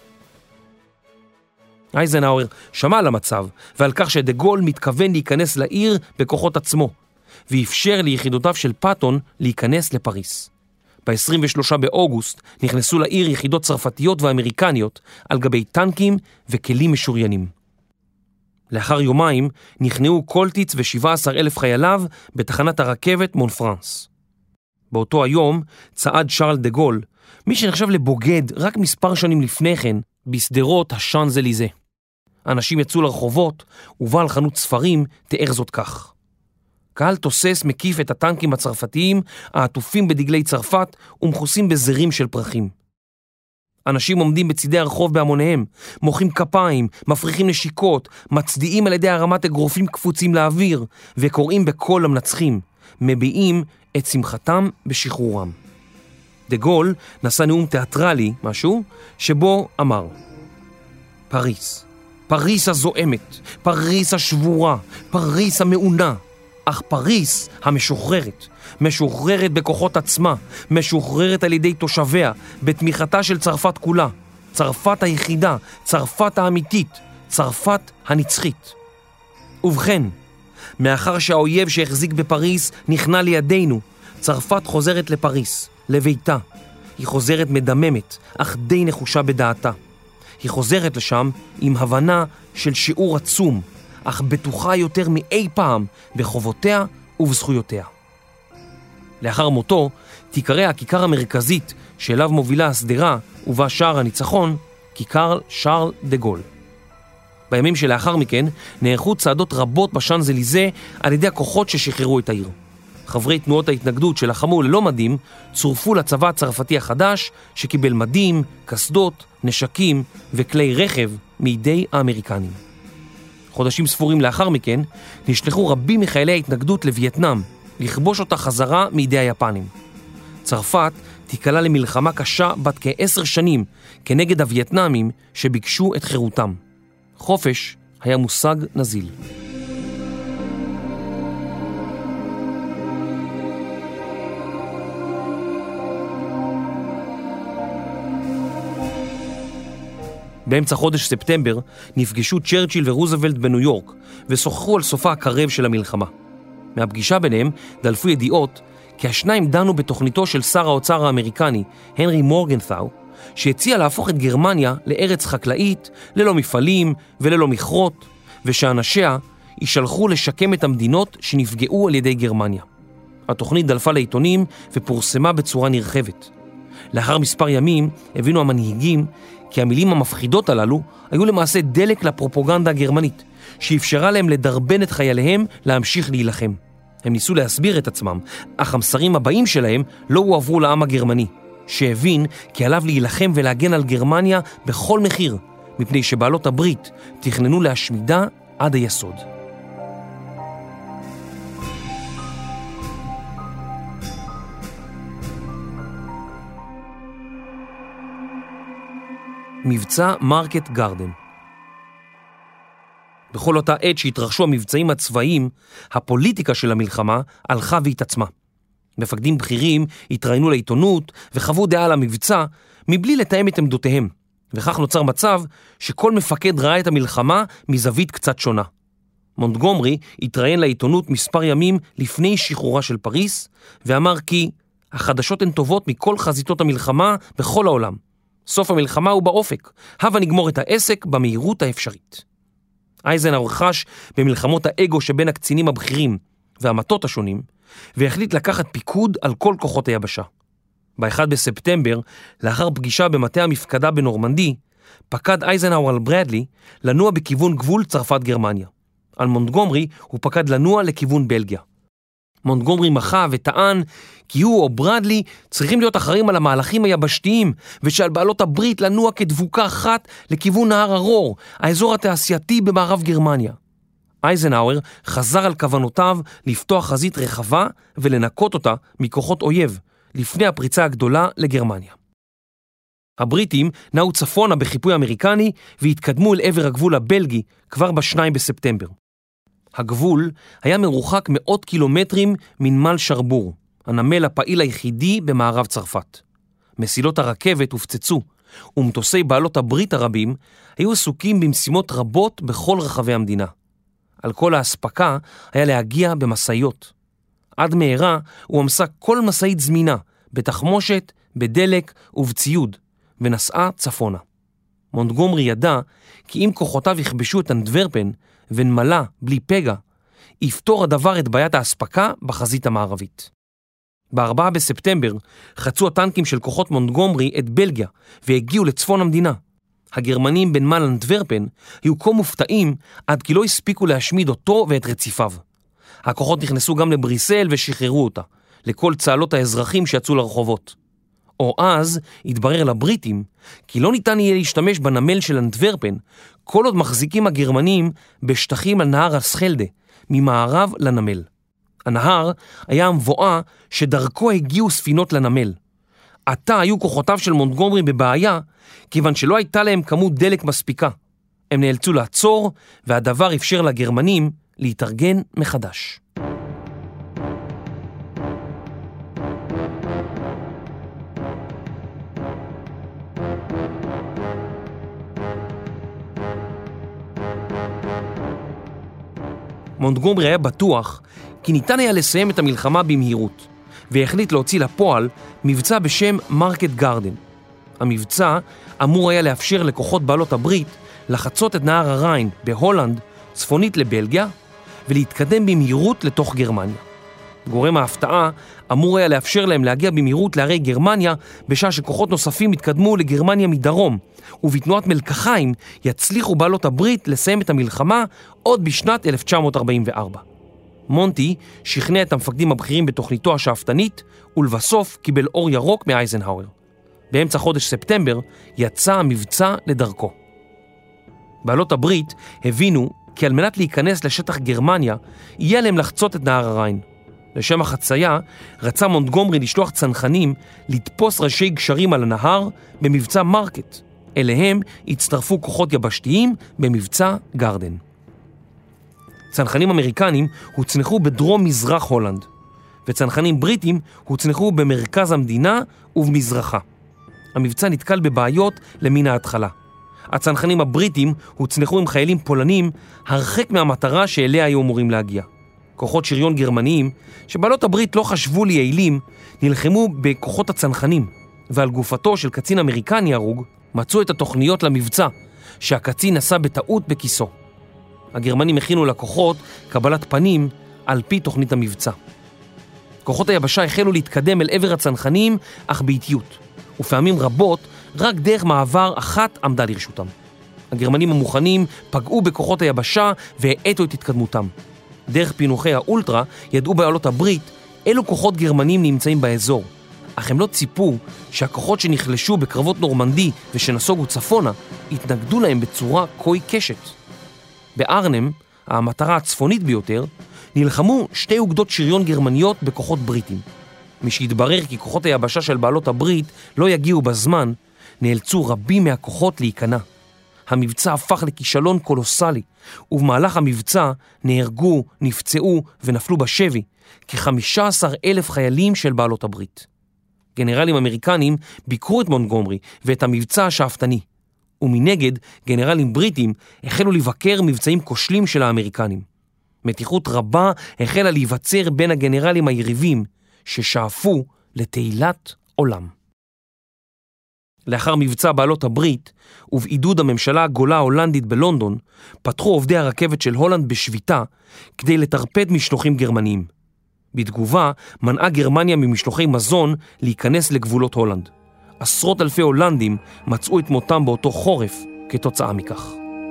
אייזנהאואר שמע על המצב ועל כך שדה גול מתכוון להיכנס לעיר בכוחות עצמו, ואפשר ליחידותיו של פאטון להיכנס לפריס. ב-23 באוגוסט נכנסו לעיר יחידות צרפתיות ואמריקניות על גבי טנקים וכלים משוריינים. לאחר יומיים נכנעו קולטיץ ו17,000 חייליו בתחנת הרכבת מונפרנס. באותו היום צעד שרל דה גול, מי שנחשב לבוגד רק מספר שנים לפני כן, בסדרות השאנזליזה. אנשים יצאו לרחובות, ובעל חנות ספרים תיאר זאת כך. קהל תוסס מקיף את הטנקים הצרפתיים, העטופים בדגלי צרפת ומכוסים בזרים של פרחים. אנשים עומדים בצידי הרחוב בהמוניהם, מוחאים כפיים, מפריחים נשיקות, מצדיעים על ידי הרמת אגרופים קפוצים לאוויר, וקוראים בקול למנצחים, מביעים את שמחתם בשחרורם. דה גול נשא נאום תיאטרלי, משהו, שבו אמר: פריס, פריס הזועמת, פריס השבורה, פריס המעונה, אך פריס המשוחררת, משוחררת בכוחות עצמה, משוחררת על ידי תושביה, בתמיכתה של צרפת כולה, צרפת היחידה, צרפת האמיתית, צרפת הנצחית. ובכן, מאחר שהאויב שהחזיק בפריס נכנע לידינו, צרפת חוזרת לפריס, לביתה. היא חוזרת מדממת, אך די נחושה בדעתה. היא חוזרת לשם עם הבנה של שיעור עצום, אך בטוחה יותר מאי פעם בחובותיה ובזכויותיה. לאחר מותו תיקרא הכיכר המרכזית שאליו מובילה הסדרה ובה שער הניצחון, כיכר שרל דה גול. בימים שלאחר מכן נערכו צעדות רבות בשאנזליזה על ידי הכוחות ששחררו את העיר. חברי תנועות ההתנגדות שלחמו ללא מדים צורפו לצבא הצרפתי החדש שקיבל מדים, קסדות, נשקים וכלי רכב מידי האמריקנים. חודשים ספורים לאחר מכן נשלחו רבים מחיילי ההתנגדות לווייטנאם לכבוש אותה חזרה מידי היפנים. צרפת תיקלה למלחמה קשה בת כ10 שנים כנגד הווייטנאמים שביקשו את חירותם. חופש היה מושג נזיל. באמצע חודש ספטמבר נפגשו צ'רצ'יל ורוזוולט בניו יורק ושוחחו על סופה הקרב של המלחמה. מהפגישה ביניהם דלפו ידיעות כי השניים דנו בתוכניתו של שר האוצר האמריקני הנרי מורגנת'או, שהציע להפוך את גרמניה לארץ חקלאית ללא מפעלים וללא מכרות, ושאנשיה יישלחו לשקם את המדינות שנפגעו על ידי גרמניה. התוכנית דלפה לעיתונים ופורסמה בצורה נרחבת. לאחר מספר ימים הבינו המנהיגים כי המילים המפחידות הללו היו למעשה דלק לפרופוגנדה הגרמנית, שאפשרה להם לדרבן את חייליהם להמשיך להילחם. הם ניסו להסביר את עצמם, אך המסרים הבאים שלהם לא הועברו לעם הגרמני, שהבין כי עליו להילחם ולהגן על גרמניה בכל מחיר, מפני שבעלות הברית תכננו להשמידה עד היסוד. מבצע מרקט גארדן. בכל אותה עת שהתרחשו המבצעים הצבאיים, הפוליטיקה של המלחמה הלכה והתעצמה. מפקדים בכירים התראיינו לעיתונות וחוו דעה על המבצע מבלי לתאם את עמדותיהם, וכך נוצר מצב שכל מפקד ראה את המלחמה מזווית קצת שונה. מונטגומרי התראיין לעיתונות מספר ימים לפני שחרורה של פריס, ואמר כי החדשות הן טובות מכל חזיתות המלחמה בכל העולם. סוף המלחמה הוא באופק, הבה נגמור את העסק במהירות האפשרית. אייזנהאואר חש במלחמות האגו שבין הקצינים הבכירים והמטות השונים, והחליט לקחת פיקוד על כל כוחות היבשה. ב-1 בספטמבר, לאחר פגישה במטה המפקדה בנורמנדי, פקד אייזנהאואר על ברדלי לנוע בכיוון גבול צרפת-גרמניה. על מונטגומרי הוא פקד לנוע לכיוון בלגיה. מונטגומרי מחה וטען כי הוא או ברדלי צריכים להיות אחראים על המהלכים היבשתיים, ושעל בעלות הברית לנוע כדבוקה אחת לכיוון נהר הרור, האזור התעשייתי במערב גרמניה. אייזנהאואר חזר על כוונותיו לפתוח חזית רחבה ולנקות אותה מכוחות אויב, לפני הפריצה הגדולה לגרמניה. הבריטים נעו צפונה בחיפוי אמריקני והתקדמו אל עבר הגבול הבלגי כבר ב-2 בספטמבר. הגבול היה מרוחק מאות קילומטרים מנמל שרבור, הנמל הפעיל היחידי במערב צרפת. מסילות הרכבת הופצצו, ומטוסי בעלות הברית הרבים היו עסוקים במשימות רבות בכל רחבי המדינה. על כל ההספקה היה להגיע במסעיות. עד מהרה הוא עמסה כל מסעית זמינה בתחמושת, בדלק ובציוד, ונסעה צפונה. מונטגומרי ידע כי אם כוחותיו יכבשו את אנטוורפן ונמלה בלי פגע, יפתור הדבר את בעיית האספקה בחזית המערבית. ב-4 בספטמבר חצו הטנקים של כוחות מונטגומרי את בלגיה והגיעו לצפון המדינה. הגרמנים בנמל אנטוורפן היו כה מופתעים עד כי לא הספיקו להשמיד אותו ואת רציפיו. הכוחות נכנסו גם לבריסל ושחררו אותה, לכל צהלות האזרחים שיצאו לרחובות. או אז התברר לבריטים כי לא ניתן יהיה להשתמש בנמל של אנטוורפן כל עוד מחזיקים הגרמנים בשטחים על נהר הסכלדה, ממערב לנמל. הנהר היה המבואה שדרכו הגיעו ספינות לנמל. עתה היו כוחותיו של מונטגומרי בבעיה, כיוון שלא הייתה להם כמות דלק מספיקה. הם נאלצו לעצור, והדבר אפשר לגרמנים להתארגן מחדש. מונטגומרי היה בטוח כי ניתן היה לסיים את המלחמה במהירות, והחליט להוציא לפועל מבצע בשם מרקט גארדן. המבצע אמור היה לאפשר לכוחות בעלות הברית לחצות את נהר הריין בהולנד, צפונית לבלגיה, ולהתקדם במהירות לתוך גרמניה. גורם ההפתעה אמור היה לאפשר להם להגיע במהירות לערי גרמניה, בשעה שכוחות נוספים התקדמו לגרמניה מדרום, ובתנועת מלקחיים יצליחו בעלות הברית לסיים את המלחמה עוד בשנת 1944. מונטי שכנע את המפקדים הבכירים בתוכניתו השאפתנית, ולבסוף קיבל אור ירוק מאייזנהאואר. באמצע חודש ספטמבר יצא המבצע לדרכו. בעלות הברית הבינו כי על מנת להיכנס לשטח גרמניה, יהיה להם לחצות את נהר הריין. לשם החצייה רצה מונטגומרי לשלוח צנחנים לתפוס ראשי גשרים על הנהר במבצע מרקט. אליהם הצטרפו כוחות יבשתיים במבצע גארדן. צנחנים אמריקנים הוצנחו בדרום מזרח הולנד, וצנחנים בריטים הוצנחו במרכז המדינה ובמזרחה. המבצע נתקל בבעיות למן ההתחלה. הצנחנים הבריטים הוצנחו עם חיילים פולנים הרחק מהמטרה שאליה היו אמורים להגיע. כוחות שריון גרמניים, שבעלות הברית לא חשבו ליעילים, נלחמו בכוחות הצנחנים, ועל גופתו של קצין אמריקני הרוג, מצאו את התוכניות למבצע, שהקצין נסע בטעות בכיסו. הגרמנים הכינו לכוחות קבלת פנים על פי תוכנית המבצע. כוחות היבשה החלו להתקדם אל עבר הצנחנים, אך באיטיות, ופעמים רבות רק דרך מעבר אחת עמדה לרשותם. הגרמנים המוכנים פגעו בכוחות היבשה והאטו את התקדמותם. דרך פינוחי האולטרה ידעו בעלות הברית אילו כוחות גרמנים נמצאים באזור, אך הם לא ציפו שהכוחות שנחלשו בקרבות נורמנדי ושנסוגו צפונה התנגדו להם בצורה כה עיקשת. בארנם, המטרה הצפונית ביותר, נלחמו 2 אוגדות שריון גרמניות בכוחות בריטים. משהתברר כי כוחות היבשה של בעלות הברית לא יגיעו בזמן, נאלצו רבים מהכוחות להיכנע. המבצע הפך לכישלון קולוסלי, ובמהלך המבצע נהרגו, נפצעו ונפלו בשבי כ-15,000 חיילים של בעלות הברית. גנרלים אמריקנים ביקרו את מונטגומרי ואת המבצע השאפתני, ומנגד גנרלים בריטים החלו לבקר מבצעים כושלים של האמריקנים. מתיחות רבה החלה להיווצר בין הגנרלים היריבים ששאפו לתהילת עולם. לאחר מבצע בעלות הברית ובעידוד הממשלה הגולה ההולנדית בלונדון, פתחו עובדי הרכבת של הולנד בשביתה כדי לטרפד משלוחים גרמניים. בתגובה מנעה גרמניה ממשלוחי מזון להיכנס לגבולות הולנד. עשרות אלפי הולנדים מצאו את מותם באותו חורף כתוצאה מכך.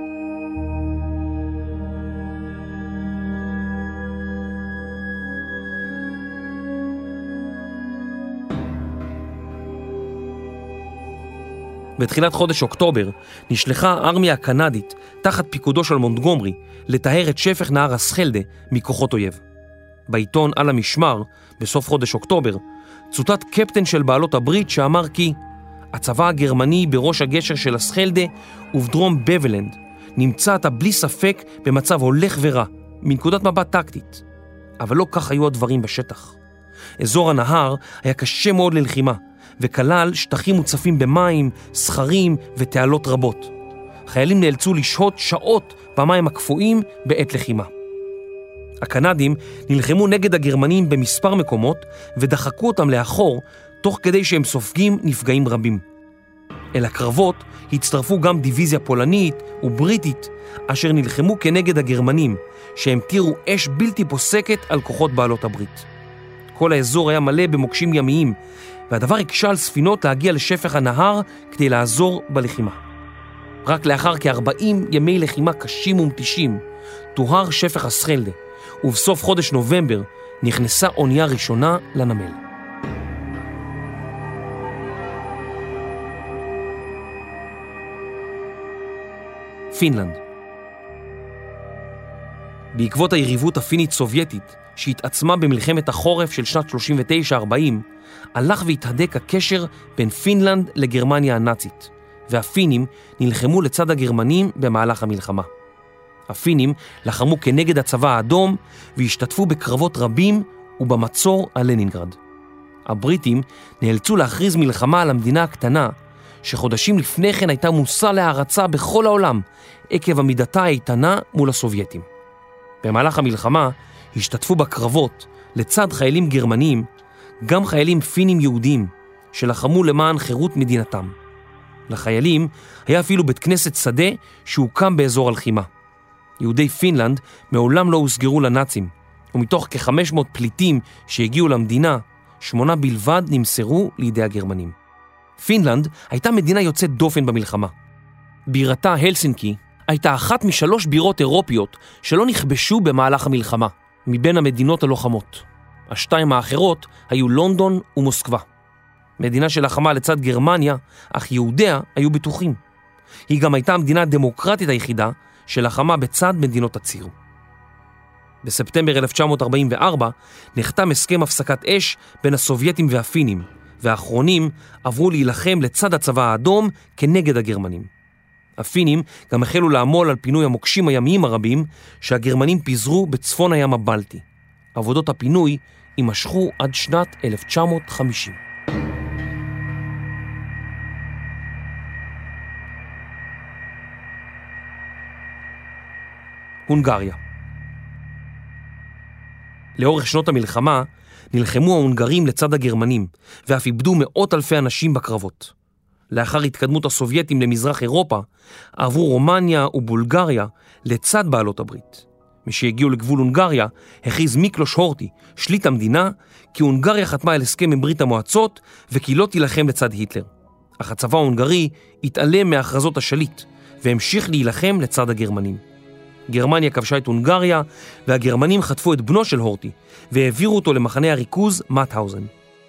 בתחילת חודש אוקטובר נשלחה הארמיה הקנדית תחת פיקודו של מונטגומרי לטהר את שפך נהר הסכלדה מכוחות אויב. בעיתון על המשמר בסוף חודש אוקטובר צוטט קפטן של בעלות הברית שאמר כי הצבא הגרמני בראש הגשר של הסכלדה ובדרום בבלנד נמצא עתה בלי ספק במצב הולך ורע מנקודת מבט טקטית. אבל לא כך היו הדברים בשטח. אזור הנהר היה קשה מאוד ללחימה וכלל שטחים מוצפים במים, סחרים ותעלות רבות. חיילים נאלצו לשהות שעות במים הקפואים בעת לחימה. הקנדים נלחמו נגד הגרמנים במספר מקומות ודחקו אותם לאחור, תוך כדי שהם סופגים נפגעים רבים. אל הקרבות הצטרפו גם דיוויזיה פולנית ובריטית, אשר נלחמו כנגד הגרמנים, שהמטירו אש בלתי פוסקת על כוחות בעלות הברית. כל האזור היה מלא במוקשים ימיים, והדבר הקשה על ספינות להגיע לשפך הנהר כדי לעזור בלחימה. רק לאחר כ-40 ימי לחימה קשים ומתישים, טוהר שפך הסכלדה, ובסוף חודש נובמבר נכנסה אונייה ראשונה לנמל. פינלנד. בעקבות היריבות הפינית-סובייטית שהתעצמה במלחמת החורף של שנת 39-40, הלך והתהדק הקשר בין פינלנד לגרמניה הנאצית, והפינים נלחמו לצד הגרמנים במהלך המלחמה. הפינים לחמו כנגד הצבא האדום והשתתפו בקרבות רבים ובמצור על לנינגרד. הבריטים נאלצו להכריז מלחמה על המדינה הקטנה, שחודשים לפני כן הייתה מושא להערצה בכל העולם, עקב עמידתה האיתנה מול הסובייטים. במהלך המלחמה השתתפו בקרבות לצד חיילים גרמנים, גם חיילים פינים יהודים שלחמו למען חירות מדינתם. לחיילים היה אפילו בית כנסת שדה שהוקם באזור הלחימה. יהודי פינלנד מעולם לא הוסגרו לנאצים, ומתוך כ-500 פליטים שהגיעו למדינה, 8 בלבד נמסרו לידי הגרמנים. פינלנד הייתה מדינה יוצאת דופן במלחמה. בירתה הלסינקי הייתה אחת מ3 בירות אירופיות שלא נכבשו במהלך המלחמה, מבין המדינות הלוחמות. 2 האחרות היו לונדון ומוסקבה. מדינה שלחמה לצד גרמניה, אך יהודיה היו בטוחים. היא גם הייתה המדינה הדמוקרטית היחידה שלחמה בצד מדינות הציר. בספטמבר 1944 נחתם הסכם הפסקת אש בין הסובייטים והפינים, והאחרונים עברו להילחם לצד הצבא האדום כנגד הגרמנים. הפינים גם החלו לעמול על פינוי המוקשים הימיים הרבים שהגרמנים פיזרו בצפון הים הבלטי. עבודות הפינוי יימשכו עד שנת 1950. הונגריה. לאורך שנות המלחמה נלחמו ההונגרים לצד הגרמנים, ואף איבדו מאות אלפי אנשים בקרבות. לאחר התקדמות הסובייטים למזרח אירופה, עברו רומניה ובולגריה לצד בעלות הברית. משהגיעו לגבול הונגריה, הכריז מיקלוש הורטי, שליט המדינה, כי הונגריה חתמה על הסכם עם ברית המועצות, וכי לא תילחם לצד היטלר. אך הצבא ההונגרי התעלם מהכרזות השליט, והמשיך להילחם לצד הגרמנים. גרמניה כבשה את הונגריה, והגרמנים חטפו את בנו של הורטי, והעבירו אותו למחנה הריכוז מאטהאוזן.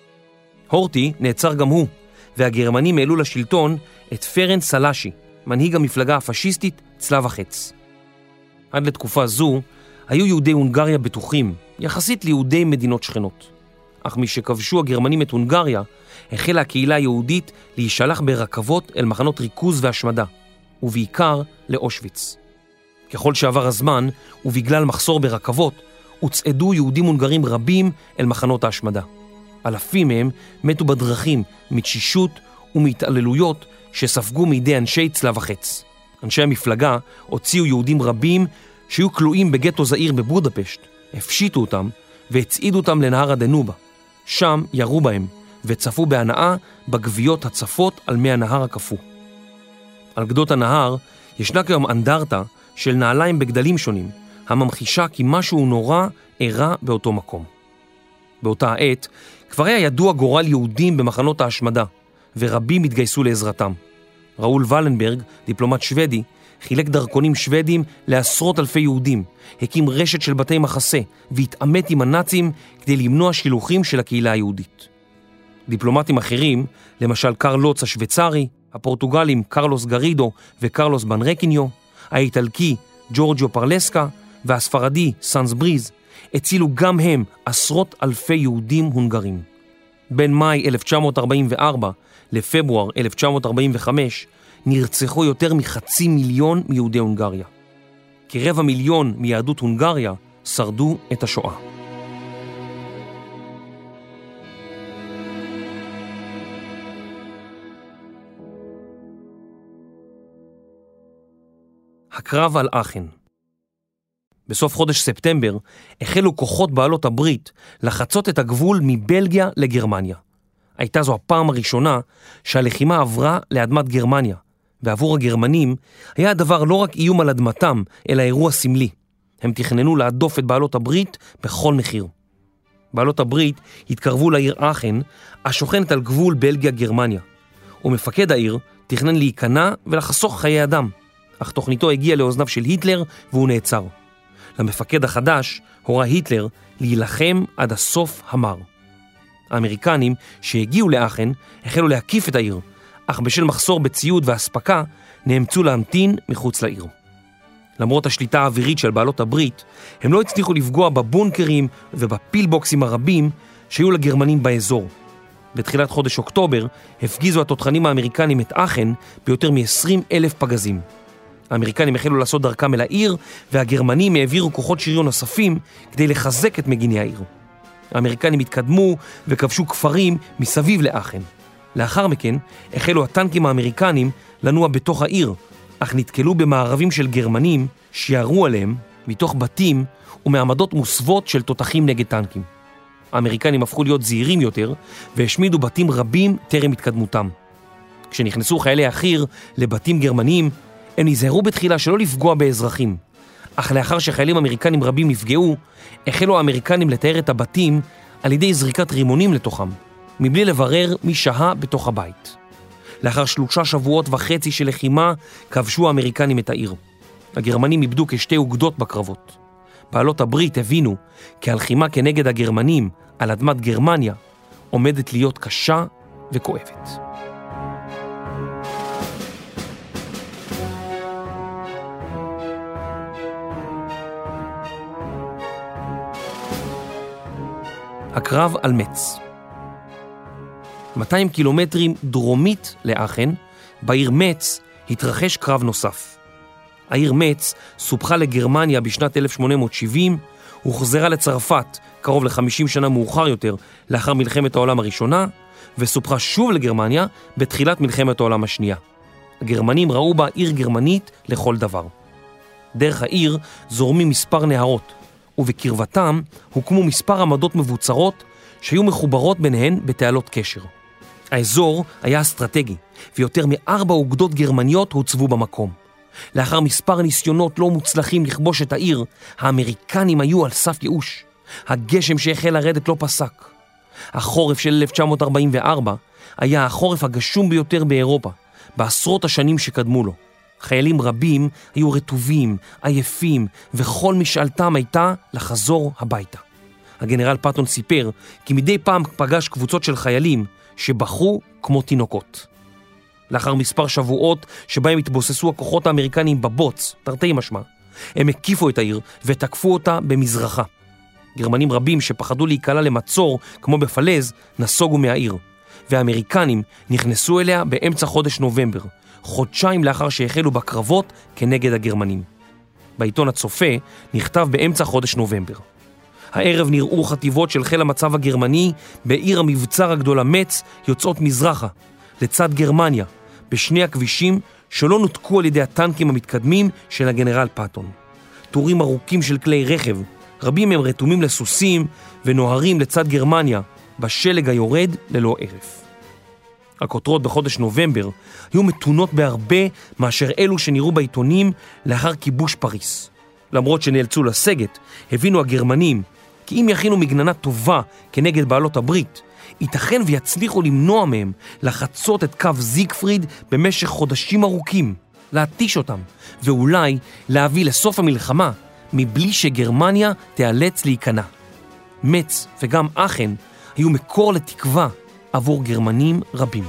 הורטי נעצר גם הוא, והגרמנים העלו לשלטון את פרנץ סלאשי, מנהיג המפלגה הפשיסטית צלב החץ. עד לתקופה זו היו יהודי הונגריה בטוחים, יחסית ליהודי מדינות שכנות. אך משכבשו הגרמנים את הונגריה, החלה הקהילה היהודית להישלח ברכבות אל מחנות ריכוז והשמדה, ובעיקר לאושוויץ. ככל שעבר הזמן, ובגלל מחסור ברכבות, הוצעדו יהודים הונגרים רבים אל מחנות ההשמדה. אלפים מהם מתו בדרכים מתשישות ומהתעללויות שספגו מידי אנשי צלב החץ. אנשי המפלגה הוציאו יהודים רבים שהיו כלואים בגטו זעיר בבודפשט, הפשיטו אותם והצעידו אותם לנהר הדנובה. שם ירו בהם וצפו בהנאה בגוויות הצפות על מי הנהר הקפוא. על גדות הנהר ישנה כיום אנדרטה של נעליים בגדלים שונים, הממחישה כי משהו נורא אירע באותו מקום. באותה העת כבר היה ידוע גורל יהודים במחנות ההשמדה, ורבים התגייסו לעזרתם. ראול ולנברג, דיפלומט שוודי, חילק דרכונים שוודים לעשרות אלפי יהודים, הקים רשת של בתי מחסה, והתעמת עם הנאצים כדי למנוע שילוחים של הקהילה היהודית. דיפלומטים אחרים, למשל קרל לוץ השוויצרי, הפורטוגלים קרלוס גרידו וקרלוס בנרקיניו, האיטלקי ג'ורג'יו פרלסקה והספרדי סנס בריז, הצילו גם הם עשרות אלפי יהודים הונגרים. בין מאי 1944 לפברואר 1945 נרצחו יותר מ500,000 מיהודי הונגריה. כ250,000 מיהדות הונגריה שרדו את השואה. הקרב על אכן. בסוף חודש ספטמבר החלו כוחות בעלות הברית לחצות את הגבול מבלגיה לגרמניה. הייתה זו הפעם הראשונה שהלחימה עברה לאדמת גרמניה, ועבור הגרמנים היה הדבר לא רק איום על אדמתם, אלא אירוע סמלי. הם תכננו להדוף את בעלות הברית בכל מחיר. בעלות הברית התקרבו לעיר אכן, השוכנת על גבול בלגיה-גרמניה, ומפקד העיר תכנן להיכנע ולחסוך חיי אדם, אך תוכניתו הגיעה לאוזניו של היטלר והוא נעצר. למפקד החדש הורה היטלר להילחם עד הסוף המר. האמריקנים שהגיעו לאכן החלו להקיף את העיר, אך בשל מחסור בציוד והספקה נאמצו להמתין מחוץ לעיר. למרות השליטה האווירית של בעלות הברית, הם לא הצליחו לפגוע בבונקרים ובפילבוקסים הרבים שהיו לגרמנים באזור. בתחילת חודש אוקטובר הפגיזו התותחנים האמריקנים את אכן ביותר מ-20,000 פגזים. האמריקנים החלו לעשות דרכם אל העיר, והגרמנים העבירו כוחות שריון נוספים כדי לחזק את מגיני העיר. האמריקנים התקדמו וכבשו כפרים מסביב לאכן. לאחר מכן החלו הטנקים האמריקנים לנוע בתוך העיר, אך נתקלו במערבים של גרמנים שירו עליהם מתוך בתים ומעמדות מוסוות של תותחים נגד טנקים. האמריקנים הפכו להיות זהירים יותר והשמידו בתים רבים טרם התקדמותם. כשנכנסו חיילי החי"ר לבתים גרמניים, הם נזהרו בתחילה שלא לפגוע באזרחים, אך לאחר שחיילים אמריקנים רבים נפגעו, החלו האמריקנים לתאר את הבתים על ידי זריקת רימונים לתוכם, מבלי לברר מי שהה בתוך הבית. לאחר 3.5 שבועות של לחימה, כבשו האמריקנים את העיר. הגרמנים איבדו כשתי אוגדות בקרבות. בעלות הברית הבינו כי הלחימה כנגד הגרמנים על אדמת גרמניה עומדת להיות קשה וכואבת. הקרב על מצ. 200 קילומטרים דרומית לאכן, בעיר מצ התרחש קרב נוסף. העיר מצ סופחה לגרמניה בשנת 1870, הוחזרה לצרפת קרוב ל-50 שנה מאוחר יותר לאחר מלחמת העולם הראשונה, וסופחה שוב לגרמניה בתחילת מלחמת העולם השנייה. הגרמנים ראו בה עיר גרמנית לכל דבר. דרך העיר זורמים מספר נהרות, ובקרבתם הוקמו מספר עמדות מבוצרות שהיו מחוברות ביניהן בתעלות קשר. האזור היה אסטרטגי, ויותר מ4 אוגדות גרמניות הוצבו במקום. לאחר מספר ניסיונות לא מוצלחים לכבוש את העיר, האמריקנים היו על סף ייאוש. הגשם שהחל לרדת לא פסק. החורף של 1944 היה החורף הגשום ביותר באירופה, בעשרות השנים שקדמו לו. חיילים רבים היו רטובים, עייפים, וכל משאלתם הייתה לחזור הביתה. הגנרל פאטון סיפר כי מדי פעם פגש קבוצות של חיילים שבחרו כמו תינוקות. לאחר מספר שבועות שבהם התבוססו הכוחות האמריקנים בבוץ, תרתי משמע, הם הקיפו את העיר ותקפו אותה במזרחה. גרמנים רבים שפחדו להיקלע למצור כמו בפלז נסוגו מהעיר, והאמריקנים נכנסו אליה באמצע חודש נובמבר, חודשיים לאחר שהחלו בקרבות כנגד הגרמנים. בעיתון הצופה נכתב באמצע חודש נובמבר. הערב נראו חטיבות של חיל המצב הגרמני בעיר המבצר הגדולה מצ יוצאות מזרחה, לצד גרמניה, בשני הכבישים שלא נותקו על ידי הטנקים המתקדמים של הגנרל פאטון. טורים ארוכים של כלי רכב, רבים מהם רתומים לסוסים ונוהרים לצד גרמניה, בשלג היורד ללא ערף. הכותרות בחודש נובמבר היו מתונות בהרבה מאשר אלו שנראו בעיתונים לאחר כיבוש פריס. למרות שנאלצו לסגת, הבינו הגרמנים כי אם יכינו מגננה טובה כנגד בעלות הברית, ייתכן ויצליחו למנוע מהם לחצות את קו זיגפריד במשך חודשים ארוכים, להתיש אותם, ואולי להביא לסוף המלחמה מבלי שגרמניה תיאלץ להיכנע. מצ וגם אכן היו מקור לתקווה עבור גרמנים רבים.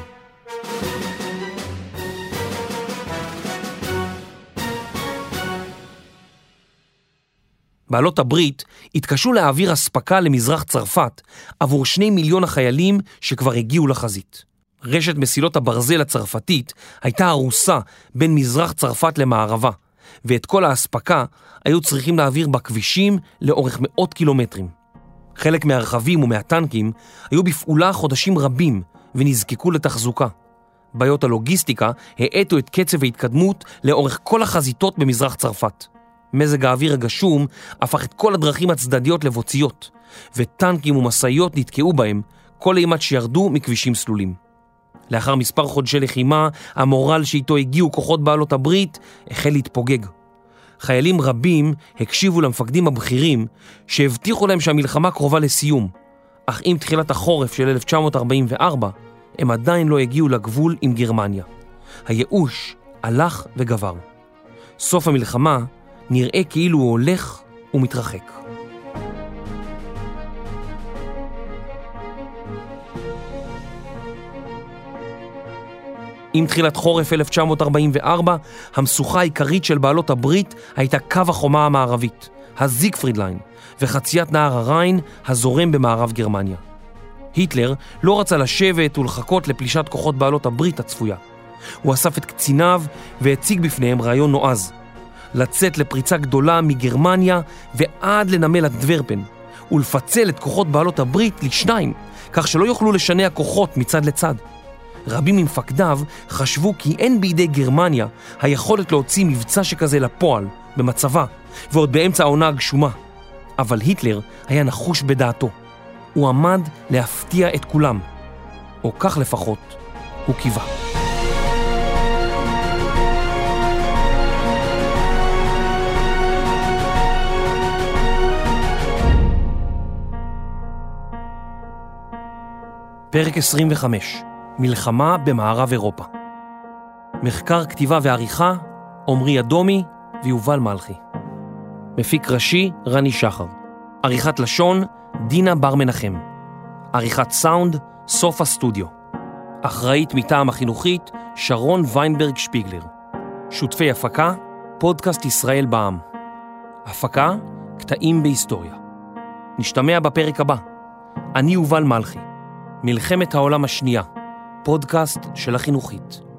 בעלות הברית התקשו להעביר אספקה למזרח צרפת עבור 2 מיליון החיילים שכבר הגיעו לחזית. רשת מסילות הברזל הצרפתית הייתה הרוסה בין מזרח צרפת למערבה, ואת כל האספקה היו צריכים להעביר בכבישים לאורך 100 קילומטרים. חלק מהרכבים ומהטנקים היו בפעולה חודשים רבים ונזקקו לתחזוקה. בעיות הלוגיסטיקה האטו את קצב ההתקדמות לאורך כל החזיתות במזרח צרפת. מזג האוויר הגשום הפך את כל הדרכים הצדדיות לבוציות, וטנקים ומשאיות נתקעו בהם, כל אימת שירדו מכבישים סלולים. לאחר מספר חודשי לחימה, המורל שאיתו הגיעו כוחות בעלות הברית החל להתפוגג. חיילים רבים הקשיבו למפקדים הבכירים שהבטיחו להם שהמלחמה קרובה לסיום, אך עם תחילת החורף של 1944 הם עדיין לא הגיעו לגבול עם גרמניה. הייאוש הלך וגבר. סוף המלחמה נראה כאילו הוא הולך ומתרחק. עם תחילת חורף 1944, המשוכה העיקרית של בעלות הברית הייתה קו החומה המערבית, הזיגפריד ליין, וחציית נהר הריין הזורם במערב גרמניה. היטלר לא רצה לשבת ולחכות לפלישת כוחות בעלות הברית הצפויה. הוא אסף את קציניו והציג בפניהם רעיון נועז, לצאת לפריצה גדולה מגרמניה ועד לנמל אנטוורפן, ולפצל את כוחות בעלות הברית לשניים, כך שלא יוכלו לשנע כוחות מצד לצד. רבים ממפקדיו חשבו כי אין בידי גרמניה היכולת להוציא מבצע שכזה לפועל במצבה, ועוד באמצע העונה הגשומה. אבל היטלר היה נחוש בדעתו. הוא עמד להפתיע את כולם, או כך לפחות הוא קיווה. פרק 25, מלחמה במערב אירופה. מחקר, כתיבה ועריכה, עומרי אדומי ויובל מלכי. מפיק ראשי, רני שחר. עריכת לשון, דינה בר מנחם. עריכת סאונד, סופה סטודיו. אחראית מטעם החינוכית, שרון ויינברג שפיגלר. שותפי הפקה, פודקאסט ישראל בע"מ. הפקה, קטעים בהיסטוריה. נשתמע בפרק הבא. אני יובל מלכי. מלחמת העולם השנייה, פודקאסט של החינוכית.